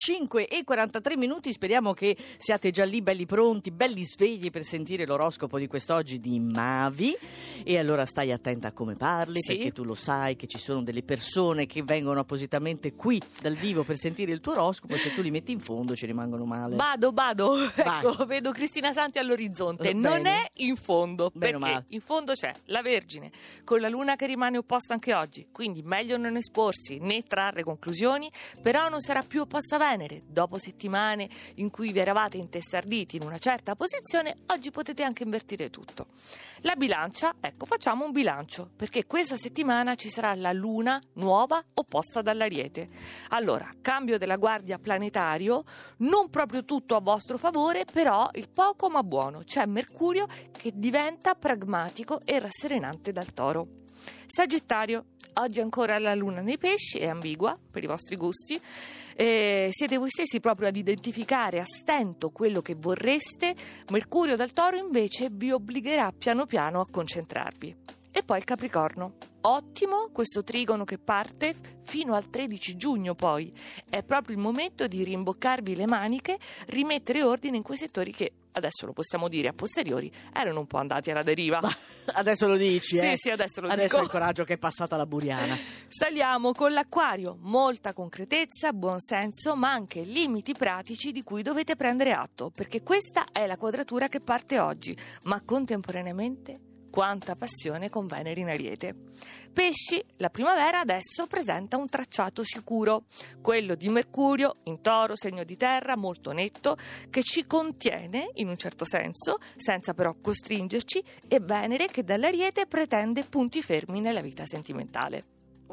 5:43, speriamo che siate già lì belli pronti, belli svegli per sentire l'oroscopo di quest'oggi di Mavi. E allora stai attenta a come parli, sì, perché tu lo sai che ci sono delle persone che vengono appositamente qui dal vivo per sentire il tuo oroscopo e se tu li metti in fondo ci rimangono male. Bado, Vai. ecco, vedo Cristina Santi all'orizzonte. Bene. Non è in fondo, Bene o perché male. in fondo c'è la Vergine, con la Luna che rimane opposta anche oggi, quindi meglio non esporsi né trarre conclusioni, però non sarà più opposta a Venere. Dopo settimane in cui vi eravate intestarditi in una certa posizione, oggi potete anche invertire tutto. La bilancia, ecco, facciamo un bilancio, perché questa settimana ci sarà la Luna nuova opposta dall'Ariete. Allora, cambio della guardia planetario, non proprio tutto a vostro favore, però il poco ma buono. C'è Mercurio che diventa pragmatico e rasserenante dal Toro. Sagittario, oggi ancora la Luna nei Pesci, è ambigua per i vostri gusti. Siete voi stessi proprio ad identificare a stento quello che vorreste. Mercurio dal Toro invece vi obbligherà piano piano a concentrarvi. E poi il Capricorno, ottimo questo trigono che parte fino al 13 giugno poi. È proprio il momento di rimboccarvi le maniche, rimettere ordine in quei settori che, adesso lo possiamo dire a posteriori, erano un po' andati alla deriva. Ma adesso lo dici, Sì, sì, adesso lo adesso dico. hai il coraggio che è passata la Buriana. Saliamo con l'Acquario, molta concretezza, buon senso, ma anche limiti pratici di cui dovete prendere atto, perché questa è la quadratura che parte oggi, ma contemporaneamente quanta passione con Venere in Ariete. Pesci, la primavera adesso presenta un tracciato sicuro, quello di Mercurio in Toro, segno di terra, molto netto, che ci contiene in un certo senso, senza però costringerci, e Venere che dall'Ariete pretende punti fermi nella vita sentimentale.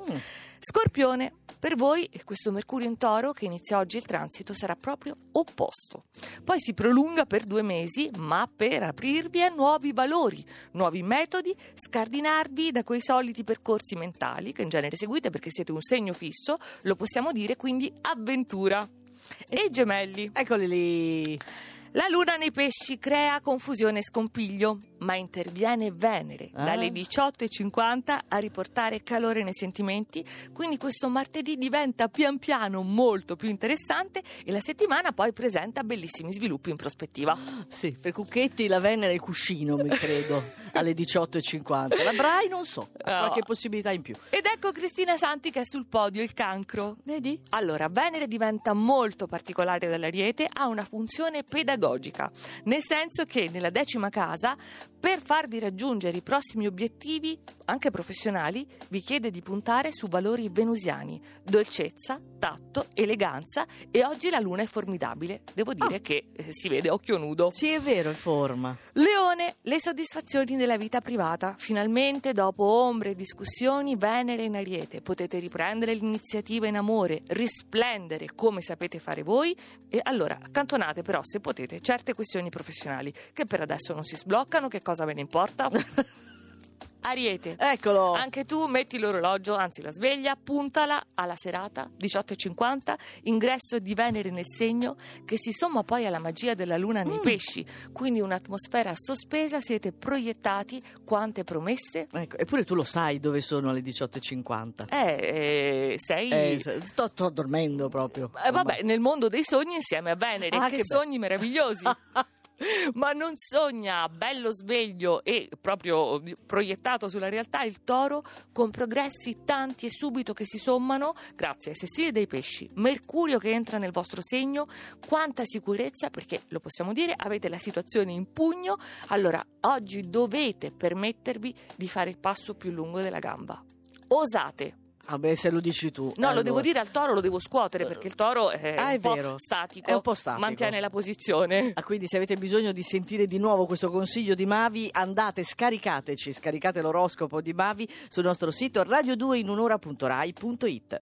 Scorpione, per voi questo Mercurio in Toro che inizia oggi il transito sarà proprio opposto. Poi si prolunga per 2 mesi, ma per aprirvi a nuovi valori, nuovi metodi, scardinarvi da quei soliti percorsi mentali che in genere seguite perché siete un segno fisso, lo possiamo dire, quindi avventura. E i Gemelli. Eccoli lì. La Luna nei Pesci crea confusione e scompiglio, ma interviene Venere dalle 18:50 a riportare calore nei sentimenti, quindi questo martedì diventa pian piano molto più interessante e la settimana poi presenta bellissimi sviluppi in prospettiva. Sì, per Cucchetti la Venere è il cuscino, mi credo, alle 18:50. La Brai non so, ha qualche possibilità in più. Ed ecco Cristina Santi che è sul podio, il Cancro. Vedi? Allora, Venere diventa molto particolare dall'Ariete, ha una funzione pedagogica, nel senso che nella 10ª casa, per farvi raggiungere i prossimi obiettivi, anche professionali, vi chiede di puntare su valori venusiani, dolcezza, tatto, eleganza, e oggi la Luna è formidabile, devo dire che si vede a occhio nudo. Sì, è vero, è forma. Leone, le soddisfazioni della vita privata. Finalmente, dopo ombre e discussioni, Venere in Ariete. Potete riprendere l'iniziativa in amore, risplendere come sapete fare voi, e allora accantonate però, se potete, certe questioni professionali che per adesso non si sbloccano. Che cosa ve ne importa? Ariete, Eccolo. anche tu metti l'orologio, anzi la sveglia, puntala alla serata 18:50, ingresso di Venere nel segno che si somma poi alla magia della Luna nei Pesci, quindi un'atmosfera sospesa, siete proiettati, quante promesse. Ecco, eppure tu lo sai dove sono alle 18:50. Sei Sto dormendo proprio. vabbè, nel mondo dei sogni insieme a Venere, Ah, che che sogni meravigliosi. Ma non sogna bello sveglio e proprio proiettato sulla realtà il Toro, con progressi tanti e subito che si sommano grazie ai sestili dei Pesci, Mercurio che entra nel vostro segno, quanta sicurezza, perché lo possiamo dire, avete la situazione in pugno. Allora oggi dovete permettervi di fare il passo più lungo della gamba. Osate. Vabbè, se lo dici tu. No, allora. lo devo dire al Toro, lo devo scuotere, perché il Toro è un po' vero. statico, È un po' statico. mantiene la posizione. Quindi se avete bisogno di sentire di nuovo questo consiglio di Mavi, andate, scaricate l'oroscopo di Mavi sul nostro sito radio2inunora.rai.it.